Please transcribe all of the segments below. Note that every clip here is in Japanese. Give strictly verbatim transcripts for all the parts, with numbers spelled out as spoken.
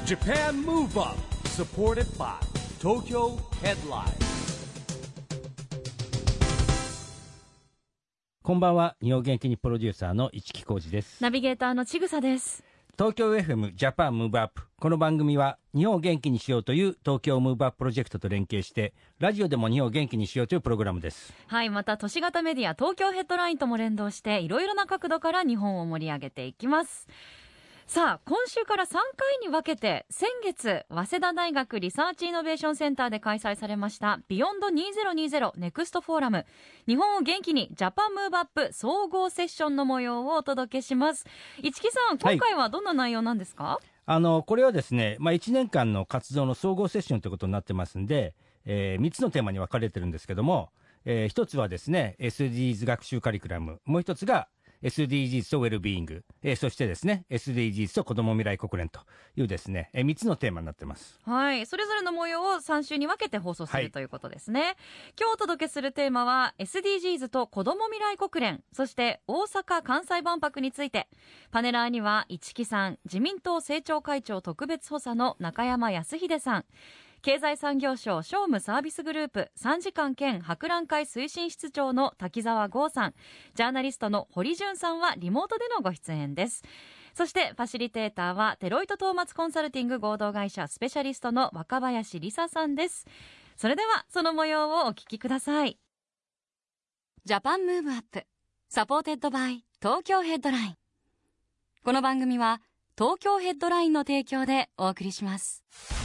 Japan Move Up, supported by Tokyo Headline。 こんばんは。日本元気にプロデューサーの市木浩司です。 ナビゲーターのちぐさです。 東京 エフエム ジャパンムーブアップ。この番組は日本を元気にしようという東京ムーブアッププロジェクトと連携してラジオでも日本を元気にしようというプログラムです。 はい、また都市型メディア東京ヘッドラインとも連動していろいろな角度から日本を盛り上げていきます。さあ、今週からさんかいに分けて先月早稲田大学リサーチイノベーションセンターで開催されましたビヨンドにせんにじゅうネクストフォーラム日本を元気にジャパンムーブアップ総合セッションの模様をお届けします。市木さん、今回はどんな内容なんですか？はい、 あのこれはですね、まあ、いちねんかんの活動の総合セッションということになってますんで、えー、みっつのテーマに分かれてるんですけども、えー、ひとつはですね エスディージーズ 学習カリキュラム、もうひとつがエスディージーズ とウェルビーイング、えー、そしてですね エスディージーズ と子ども未来国連というですね、えー、みっつのテーマになってます。 はい、それぞれの模様をさん週に分けて放送する、はい、ということですね。今日お届けするテーマは エスディージーズ と子ども未来国連、そして大阪・関西万博について。パネラーには市木さん、自民党政調会長特別補佐の中山康秀さん、経済産業省商務サービスグループさんじかん兼博覧会推進室長の滝沢剛さん、ジャーナリストの堀潤さんはリモートでのご出演です。そしてファシリテーターはデロイトトーマツコンサルティング合同会社スペシャリストの若林理沙さんです。それではその模様をお聞きください。ジャパンムーブアップサポーテッドバイ東京ヘッドライン。この番組は東京ヘッドラインの提供でお送りします。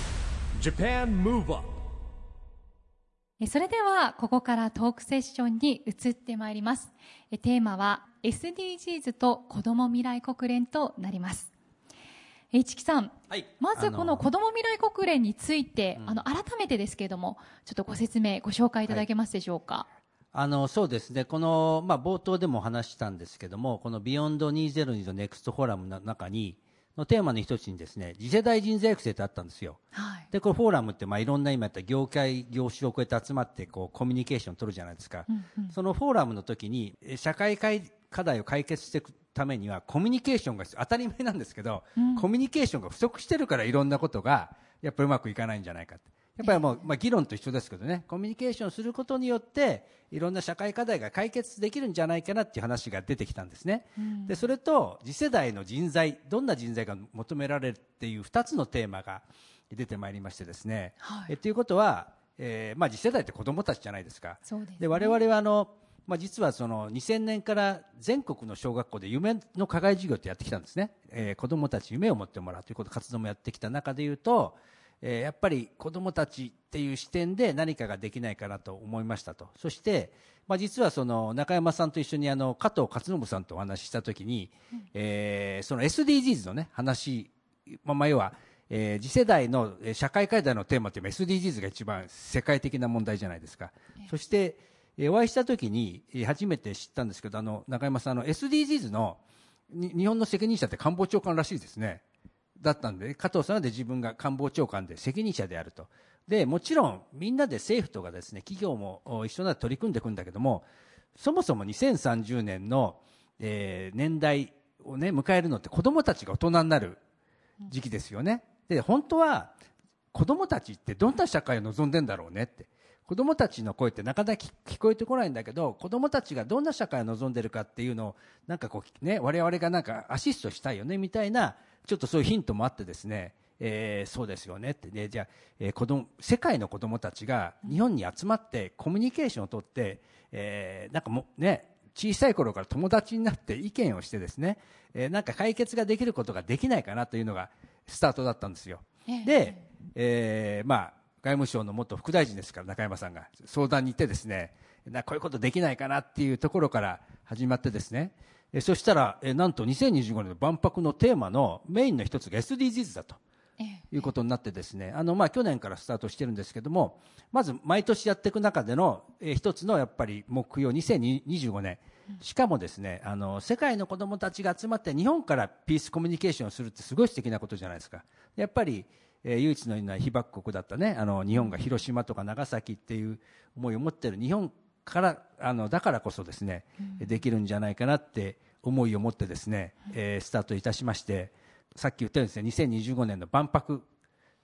Japan Move Up。 それではここからトークセッションに移ってまいります。テーマは エスディージーズ と子ども未来国連となります。市木さん、はい、まずこの子ども未来国連について、あの改めてですけれどもちょっとご説明ご紹介いただけますでしょうか？はい、 あのそうですね、この、まあ、冒頭でも話したんですけども、このビヨンドにせんにじゅうネクストフォーラムの中にのテーマの一つにですね、次世代人材育成ってあったんですよ。はい、でこれフォーラムって、まあ、いろんな今やった業界業種を超えて集まってこうコミュニケーションを取るじゃないですか。うんうん、そのフォーラムの時に社会課題を解決していくためにはコミュニケーションが必要、当たり前なんですけど、うん、コミュニケーションが不足してるからいろんなことがやっぱりうまくいかないんじゃないかって。やっぱりもう、まあ、議論と一緒ですけどね、コミュニケーションすることによっていろんな社会課題が解決できるんじゃないかなっていう話が出てきたんですね。うん、でそれと次世代の人材、どんな人材が求められるっていうふたつのテーマが出てまいりましてですね、はい、えということは、えーまあ、次世代って子どもたちじゃないですか。そうですね。で我々はあの、まあ、実はそのにせんねんから全国の小学校で夢の課外授業ってやってきたんですね。えー、子どもたち夢を持ってもらうということ活動もやってきた中でいうと、えー、やっぱり子どもたちっていう視点で何かができないかなと思いましたと。そして、まあ、実はその中山さんと一緒にあの加藤勝信さんとお話ししたときに、うん、えー、その エスディージーズ の、ね、話、まあ、まあ要は、えー、次世代の社会課題のテーマというのは エスディージーズ が一番世界的な問題じゃないですか。ね、そして、えー、お会いしたときに初めて知ったんですけど、あの中山さん、あの エスディージーズ の日本の責任者って官房長官らしいですね。だったんで、加藤さんはで自分が官房長官で責任者であると。でもちろんみんなで政府とかですね、企業も一緒になって取り組んでいくんだけども、そもそもにせんさんじゅうねんの、えー、年代をね迎えるのって子どもたちが大人になる時期ですよね。で本当は子どもたちってどんな社会を望んでんだろうねって、子どもたちの声ってなかなか聞こえてこないんだけど、子どもたちがどんな社会を望んでるかっていうのをなんかこうね、我々がなんかアシストしたいよねみたいな、ちょっとそういうヒントもあってですね、えー、そうですよねってね、じゃあ、えー、子供世界の子どもたちが日本に集まってコミュニケーションをとって、えー、なんかもうね、小さい頃から友達になって意見をしてですね、えー、なんか解決ができることができないかなというのがスタートだったんですよ。で、えー、まあ外務省の元副大臣ですから中山さんが相談に行ってですね、なこういうことできないかなっていうところから始まってですね、えそしたらえなんとにせんにじゅうごねんの万博のテーマのメインの一つが エスディージーズ だということになってですね、あのまあ去年からスタートしてるんですけども、まず毎年やっていく中でのえ一つのやっぱり目標にせんにじゅうごねん、しかもですね、あの世界の子どもたちが集まって日本からピースコミュニケーションをするってすごい素敵なことじゃないですか。やっぱりえー、唯一のような被爆国だったね、あの日本が広島とか長崎っていう思いを持っている日本からあのだからこそですね、うん、できるんじゃないかなって思いを持ってですね、えー、スタートいたしまして、さっき言ったようにですね、にせんにじゅうごねんの万博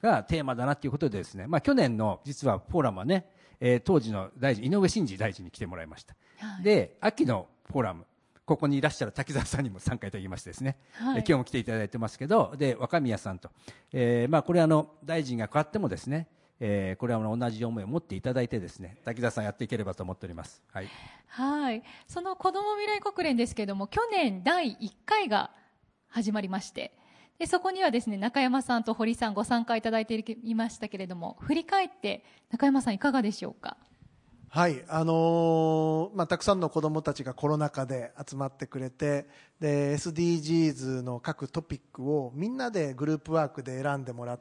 がテーマだなということでですね、まあ、去年の実はフォーラムはね、えー、当時の大臣井上真司大臣に来てもらいました、はい、で秋のフォーラム、ここにいらっしゃる滝沢さんにも参加いただきましてですね、はい、え今日も来ていただいてますけど、で若宮さんと、えーまあ、これはあの大臣が変わってもですね、えー、これは同じ思いを持っていただいてですね、滝沢さんやっていければと思っております。はい、 はい、その子ども未来国連ですけれども、去年だいいっかいが始まりまして、でそこにはですね、中山さんと堀さんご参加いただいていましたけれども、振り返って中山さんいかがでしょうか。 はい、あのーまあ、たくさんの子どもたちがコロナ禍で集まってくれて、で エスディージーズ の各トピックをみんなでグループワークで選んでもらって、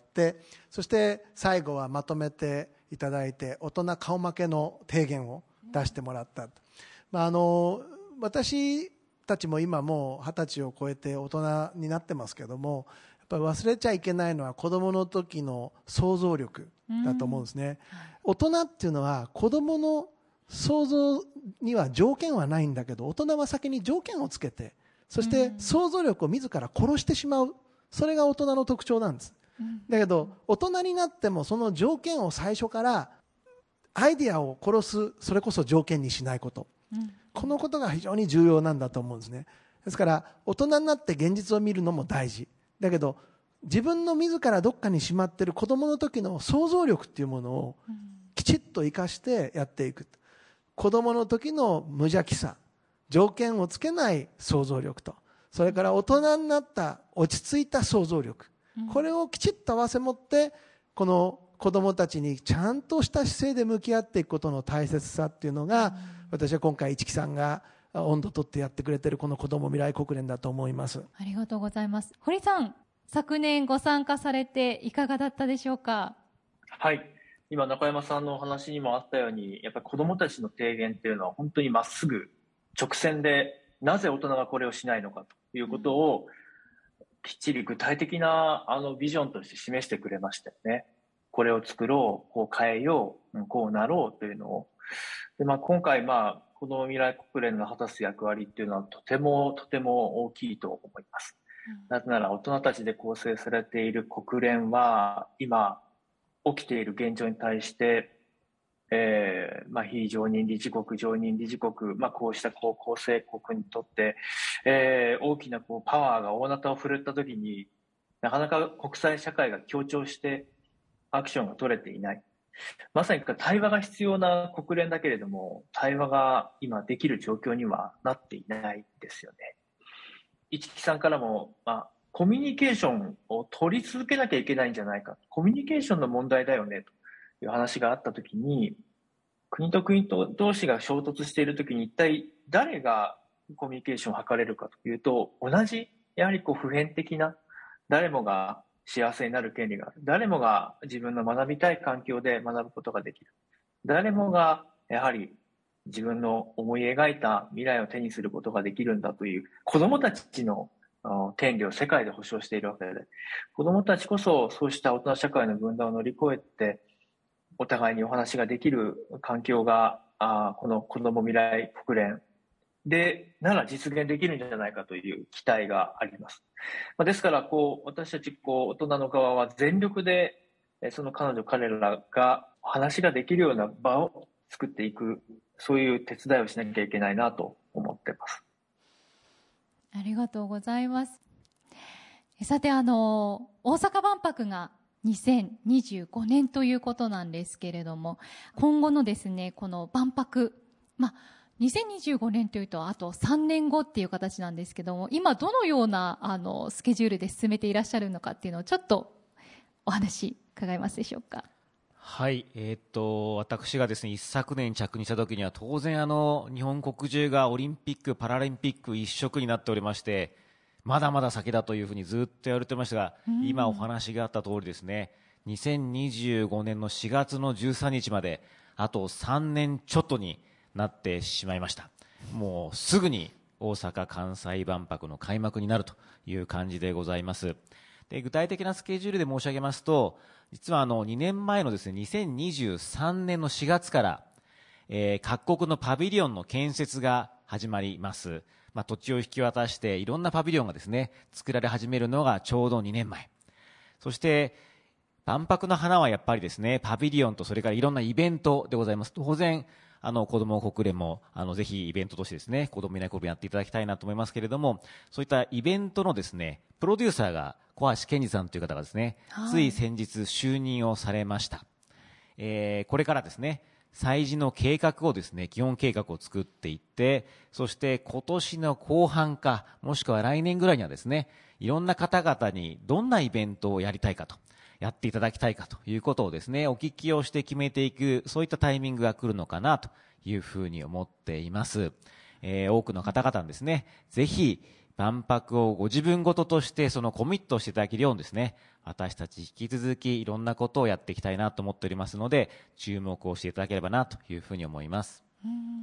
そして最後はまとめていただいて、大人顔負けの提言を出してもらった、まあ、あのー、私たちも今もう二十歳を超えて大人になってますけども、やっぱり忘れちゃいけないのは子どもの時の想像力だと思うんですね。大人っていうのは子どもの想像には条件はないんだけど、大人は先に条件をつけて、そして想像力を自ら殺してしまう、それが大人の特徴なんです。だけど大人になってもその条件を最初からアイデアを殺す、それこそ条件にしないこと、このことが非常に重要なんだと思うんですね。ですから大人になって現実を見るのも大事だけど、自分の自らどっかにしまっている子どもの時の想像力っていうものをきちっと生かしてやっていく。子どもの時の無邪気さ、条件をつけない想像力と、それから大人になった落ち着いた想像力、これをきちっと合わせ持ってこの子どもたちにちゃんとした姿勢で向き合っていくことの大切さっていうのが、私は今回市木さんが温度とってやってくれているこの子ども未来国連だと思います。 ありがとうございます。堀さん、昨年ご参加されていかがだったでしょうか。 はい、今中山さんのお話にもあったように、やっぱり子どもたちの提言っていうのは本当にまっすぐ直線で、なぜ大人がこれをしないのかということをきっちり具体的なあのビジョンとして示してくれましたよね。これを作ろう、こう変えよう、こうなろうというのを。で、まあ、今回、まあ、子ども未来国連の果たす役割っていうのはとてもとても大きいと思います。なぜなら大人たちで構成されている国連は今起きている現状に対して、えーまあ、非常任理事国、常任理事国、まあ、こうしたこう構成国にとって、えー、大きなこうパワーが大なたを振るったときになかなか国際社会が協調してアクションが取れていない。まさに対話が必要な国連だけれども、対話が今できる状況にはなっていないですよね。市木さんからも、まあ、コミュニケーションを取り続けなきゃいけないんじゃないか、コミュニケーションの問題だよねという話があったときに、国と国と同士が衝突しているときに一体誰がコミュニケーションを図れるかというと、同じやはりこう普遍的な、誰もが幸せになる権利がある、誰もが自分の学びたい環境で学ぶことができる、誰もがやはり自分の思い描いた未来を手にすることができるんだという子どもたちの権利を世界で保障しているわけで、子どもたちこそそうした大人社会の分断を乗り越えてお互いにお話ができる環境が、あこの子ども未来国連でなら実現できるんじゃないかという期待があります。ですからこう私たちこう大人の側は全力でその彼女彼らが話ができるような場を作っていく、そういう手伝いをしなきゃいけないなと思っています。 ありがとうございます。さて、あの大阪万博がにせんにじゅうごねんということなんですけれども、今後のですねこの万博、まあにせんにじゅうごねんというとあとさんねんごっていう形なんですけども、今どのようなあのスケジュールで進めていらっしゃるのかっていうのをちょっとお話伺えますでしょうか。 はい、えー、っと私がですね一昨年着任した時には当然あの日本国中がオリンピックパラリンピック一色になっておりまして、まだまだ先だというふうにずっと言われてましたが、今お話があった通りですね、にせんにじゅうごねんのしがつのじゅうさんにちまであとさんねんちょっとになってしまいました。もうすぐに大阪・関西万博の開幕になるという感じでございます。で、具体的なスケジュールで申し上げますと、実はあのにねんまえのですねにせんにじゅうさんねんのしがつから、えー、各国のパビリオンの建設が始まります。まあ、土地を引き渡していろんなパビリオンがですね作られ始めるのがちょうどにねんまえ。そして万博の花はやっぱりですね、パビリオンとそれからいろんなイベントでございます。当然、あの、子ども国連も、あの、ぜひイベントとしてですね、子ども未来国連やっていただきたいなと思いますけれども、そういったイベントのですね、プロデューサーが小橋健二さんという方がですね、はい、つい先日就任をされました。えー、これからですね、催事の計画をですね、基本計画を作っていって、そして今年の後半か、もしくは来年ぐらいにはですね、いろんな方々にどんなイベントをやりたいかと、やっていただきたいかということをですね、お聞きをして決めていく、そういったタイミングが来るのかなというふうに思っています。えー、多くの方々にですね、ぜひ万博をご自分ごととしてそのコミットしていただけるようにですね、私たち引き続きいろんなことをやっていきたいなと思っておりますので、注目をしていただければなというふうに思います。 うん、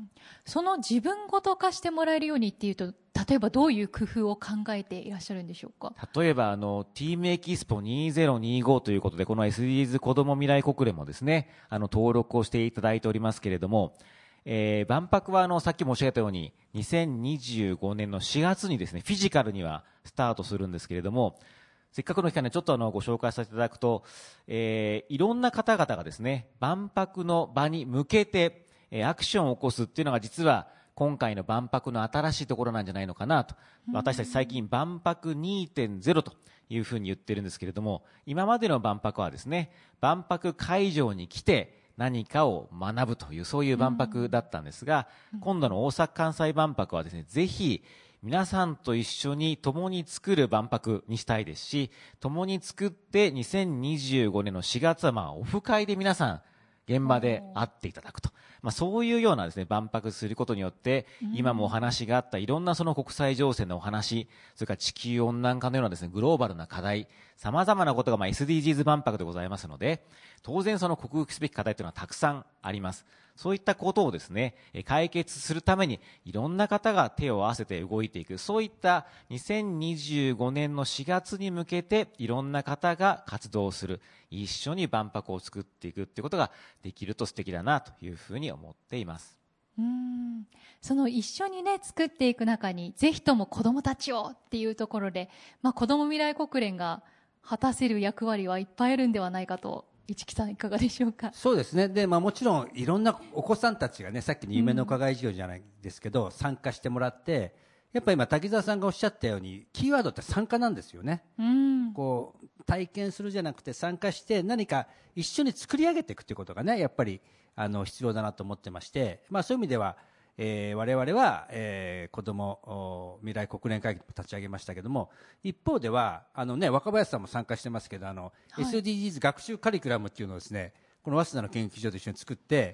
その自分ごと化してもらえるようにっていうと、例えばどういう工夫を考えていらっしゃるんでしょうか。 例えばあの ティームエキスポにせんにじゅうごということで、この エスディージーズ 子ども未来国連もですね、あの登録をしていただいておりますけれども、えー、万博はあのさっき申し上げたようににせんにじゅうごねんのしがつにですね、フィジカルにはスタートするんですけれども、せっかくの機会でちょっとあのご紹介させていただくと、えー、いろんな方々がですね、万博の場に向けてアクションを起こすっていうのが実は今回の万博の新しいところなんじゃないのかなと。私たち最近万博 にてんゼロ というふうに言ってるんですけれども、今までの万博はですね、万博会場に来て何かを学ぶという、そういう万博だったんですが、今度の大阪・関西万博はですね、ぜひ皆さんと一緒に共に作る万博にしたいですし、共に作ってにせんにじゅうごねんのしがつはまあオフ会で皆さん現場で会っていただくと、まあ、そういうようなですね、万博することによって、今もお話があったいろんなその国際情勢のお話、それから地球温暖化のようなですね、グローバルな課題、様々なことがまあ エスディージーズ 万博でございますので、当然その克服すべき課題というのはたくさんあります。そういったことをですね、解決するためにいろんな方が手を合わせて動いていく、そういったにせんにじゅうごねんのしがつに向けていろんな方が活動する、一緒に万博を作っていくっていうことができると素敵だなというふうに思っています。 うーん、その一緒にね作っていく中に、ぜひとも子どもたちをっていうところで、まあ、子ども未来国連が果たせる役割はいっぱいあるんではないかと。市木さんいかがでしょうか。 そうですね。で、まあもちろんいろんなお子さんたちがね、さっきの夢の課外授業じゃないですけど、うん、参加してもらって、やっぱり今滝沢さんがおっしゃったように、キーワードって参加なんですよね。うん、こう体験するじゃなくて参加して何か一緒に作り上げていくということがね、やっぱりあの必要だなと思ってまして、まあそういう意味では、えー、我々は、えー、子ども未来国連会議を立ち上げましたけども、一方ではあの、ね、若林さんも参加してますけど、あの、はい、エスディージーズ 学習カリキュラムっていうのをですね、この早稲田の研究所と一緒に作って、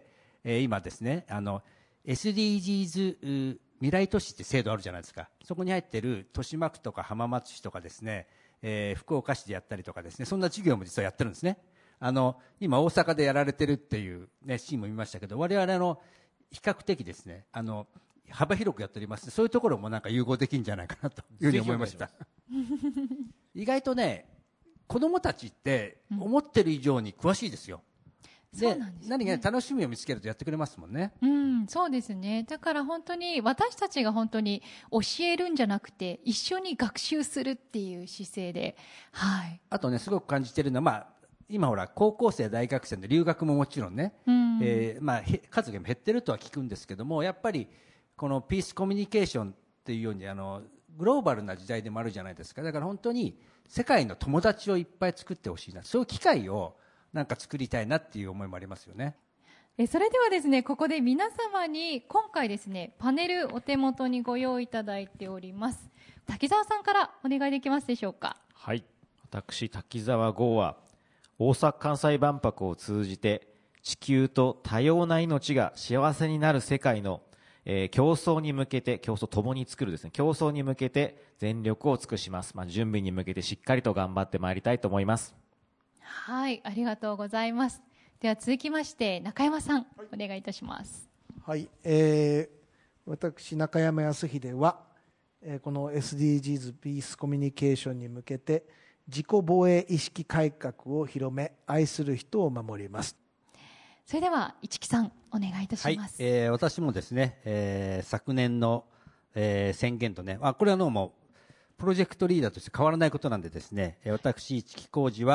えー、今ですね、あの エスディージーズ 未来都市って制度あるじゃないですか。そこに入っている豊島区とか浜松市とかですね、えー、福岡市でやったりとかですね、そんな授業も実はやってるんですね。あの今大阪でやられてるっていう、ね、シーンも見ましたけど、我々の比較的ですね、あの幅広くやっております。そういうところもなんか融合できるんじゃないかなというふうに思いました。意外とね、子どもたちって思ってる以上に詳しいですよ。うん、で、そうなんですね、何か、ね、楽しみを見つけるとやってくれますもんね。 うん、そうですね。だから本当に私たちが本当に教えるんじゃなくて一緒に学習するっていう姿勢で、はい。 あとね、すごく感じてるのは、まあ今ほら高校生大学生の留学ももちろんね、うん、えーまあ、数が減ってるとは聞くんですけども、やっぱりこのピースコミュニケーションっていうようにあのグローバルな時代でもあるじゃないですか。だから本当に世界の友達をいっぱい作ってほしいな、そういう機会をなんか作りたいなっていう思いもありますよね。 えそれではですね、ここで皆様に今回ですね、パネルお手元にご用意いただいております。滝沢さんからお願いできますでしょうか。 はい、私滝沢剛は大阪・関西万博を通じて地球と多様な命が幸せになる世界の、えー、競争に向けて、競争ともに作るですね、競争に向けて全力を尽くします。まあ、準備に向けてしっかりと頑張ってまいりたいと思います。 はい、ありがとうございます。では続きまして中山さん、はい、お願いいたします。 はい、えー、私中山康秀は、えー、この エスディージーズ ピースコミュニケーションに向けて自己防衛意識改革を広め、愛する人を守ります。 それでは市木さんお願いいたします。 はい、えー、私もですね、えー、昨年の、えー、宣言とね、あこれはのもうプロジェクトリーダーとして変わらないことなんでですね、私市木浩二は、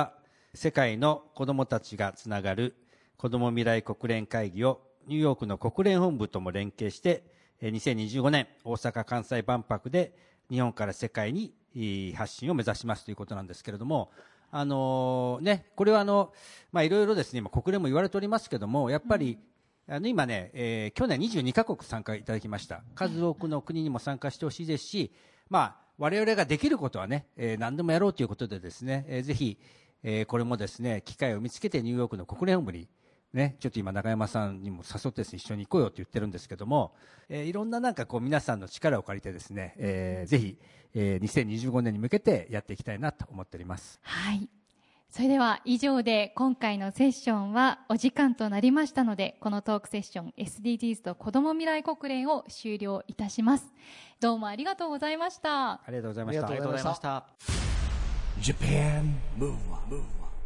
世界の子どもたちがつながる子ども未来国連会議をニューヨークの国連本部とも連携してにせんにじゅうごねん大阪・関西万博で日本から世界に発信を目指しますということなんですけれども、あのね、これはあの、まあ、いろいろですね、今国連も言われておりますけども、やっぱり、うん、あの今ね、えー、去年にじゅうにカ国参加いただきました。数多くの国にも参加してほしいですし、まあ、我々ができることはね、えー、何でもやろうということでですね、えー、ぜひ、えー、これもですね、機会を見つけてニューヨークの国連本部にね、ちょっと今中山さんにも誘ってですね、一緒に行こうよって言ってるんですけども、えー、いろんななんかこう皆さんの力を借りてですね、えー、ぜひ、えー、にせんにじゅうごねんに向けてやっていきたいなと思っております。 はい。それでは以上で今回のセッションはお時間となりましたので、このトークセッション エスディージーズ と子ども未来国連を終了いたします。どうもありがとうございました。 ありがとうございました。 ありがとうございました。 Japan Move On。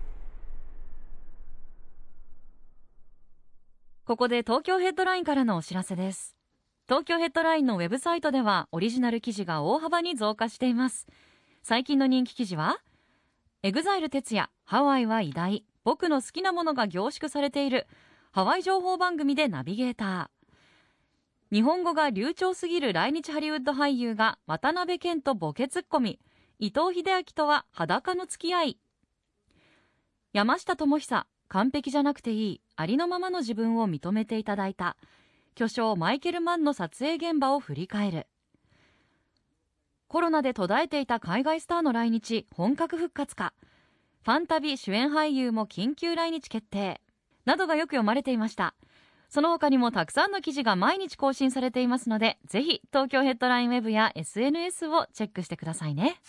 ここで東京ヘッドラインからのお知らせです。東京ヘッドラインのウェブサイトではオリジナル記事が大幅に増加しています。最近の人気記事は、エグザイル哲也、ハワイは偉大、僕の好きなものが凝縮されている、ハワイ情報番組でナビゲーター。日本語が流暢すぎる来日ハリウッド俳優が渡辺謙とボケツッコミ、伊藤英明とは裸の付き合い。山下智久、完璧じゃなくていい、ありのままの自分を認めていただいた。巨匠マイケル・マンの撮影現場を振り返る。コロナで途絶えていた海外スターの来日、本格復活か。ファンタビ主演俳優も緊急来日決定。などがよく読まれていました。その他にもたくさんの記事が毎日更新されていますので、ぜひ東京ヘッドラインウェブや エスエヌエス をチェックしてくださいね。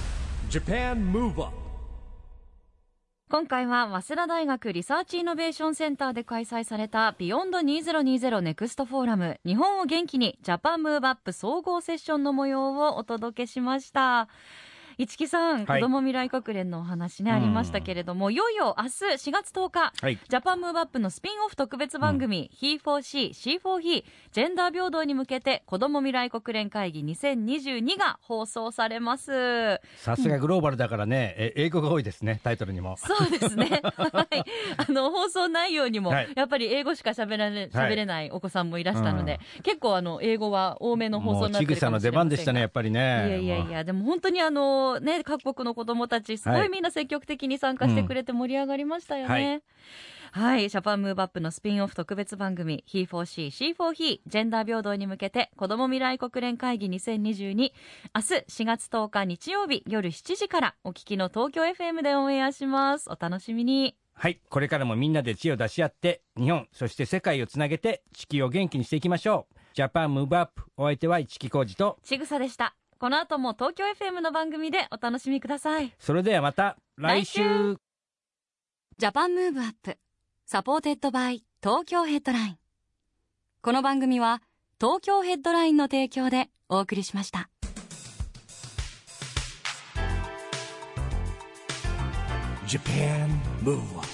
Japan Move Up。 今回は早稲田大学リサーチイノベーションセンターで開催されたビヨンドにせんにじゅうネクストフォーラム日本を元気にジャパンムーブアップ総合セッションの模様をお届けしました。市木さん、はい、子ども未来国連のお話ね、ありましたけれども、いよいよ明日しがつとおか、はい、ジャパンムーブアップのスピンオフ特別番組、うん、ヒーフォーシー、シーフォーヒー、ジェンダー平等に向けて子ども未来国連会議にせんにじゅうにが放送されます。 さすがグローバルだからね、うん、英語が多いですね、タイトルにも。 そうですね。はい。あの、放送内容にも、はい、やっぱり英語しか喋られ、喋れないお子さんもいらしたので、はい、結構あの、英語は多めの放送になってるかもしれませんが。もう、ちぐさの出番でしたね、やっぱりね。いやいやいや、でも本当にあの、ね、各国の子どもたちすごいみんな積極的に参加してくれて盛り上がりましたよね。うん、はい、はい、ジャパンムーブアップのスピンオフ特別番組 ヒーフォーシー、シーフォーヒー ジェンダー平等に向けて子ども未来国連会議にせんにじゅうに、明日しがつとおか日曜日夜しちじからお聞きの東京 エフエム でオンエアします。お楽しみに。 はい、これからもみんなで知恵を出し合って日本そして世界をつなげて地球を元気にしていきましょう。ジャパンムーブアップ、お相手は市木浩二とちぐさでした。この後も東京 エフエム の番組でお楽しみください。 それではまた来週。来週ジャパンムーブアップサポーテッドバイ東京ヘッドライン。この番組は東京ヘッドラインの提供でお送りしました。 Japan Move On。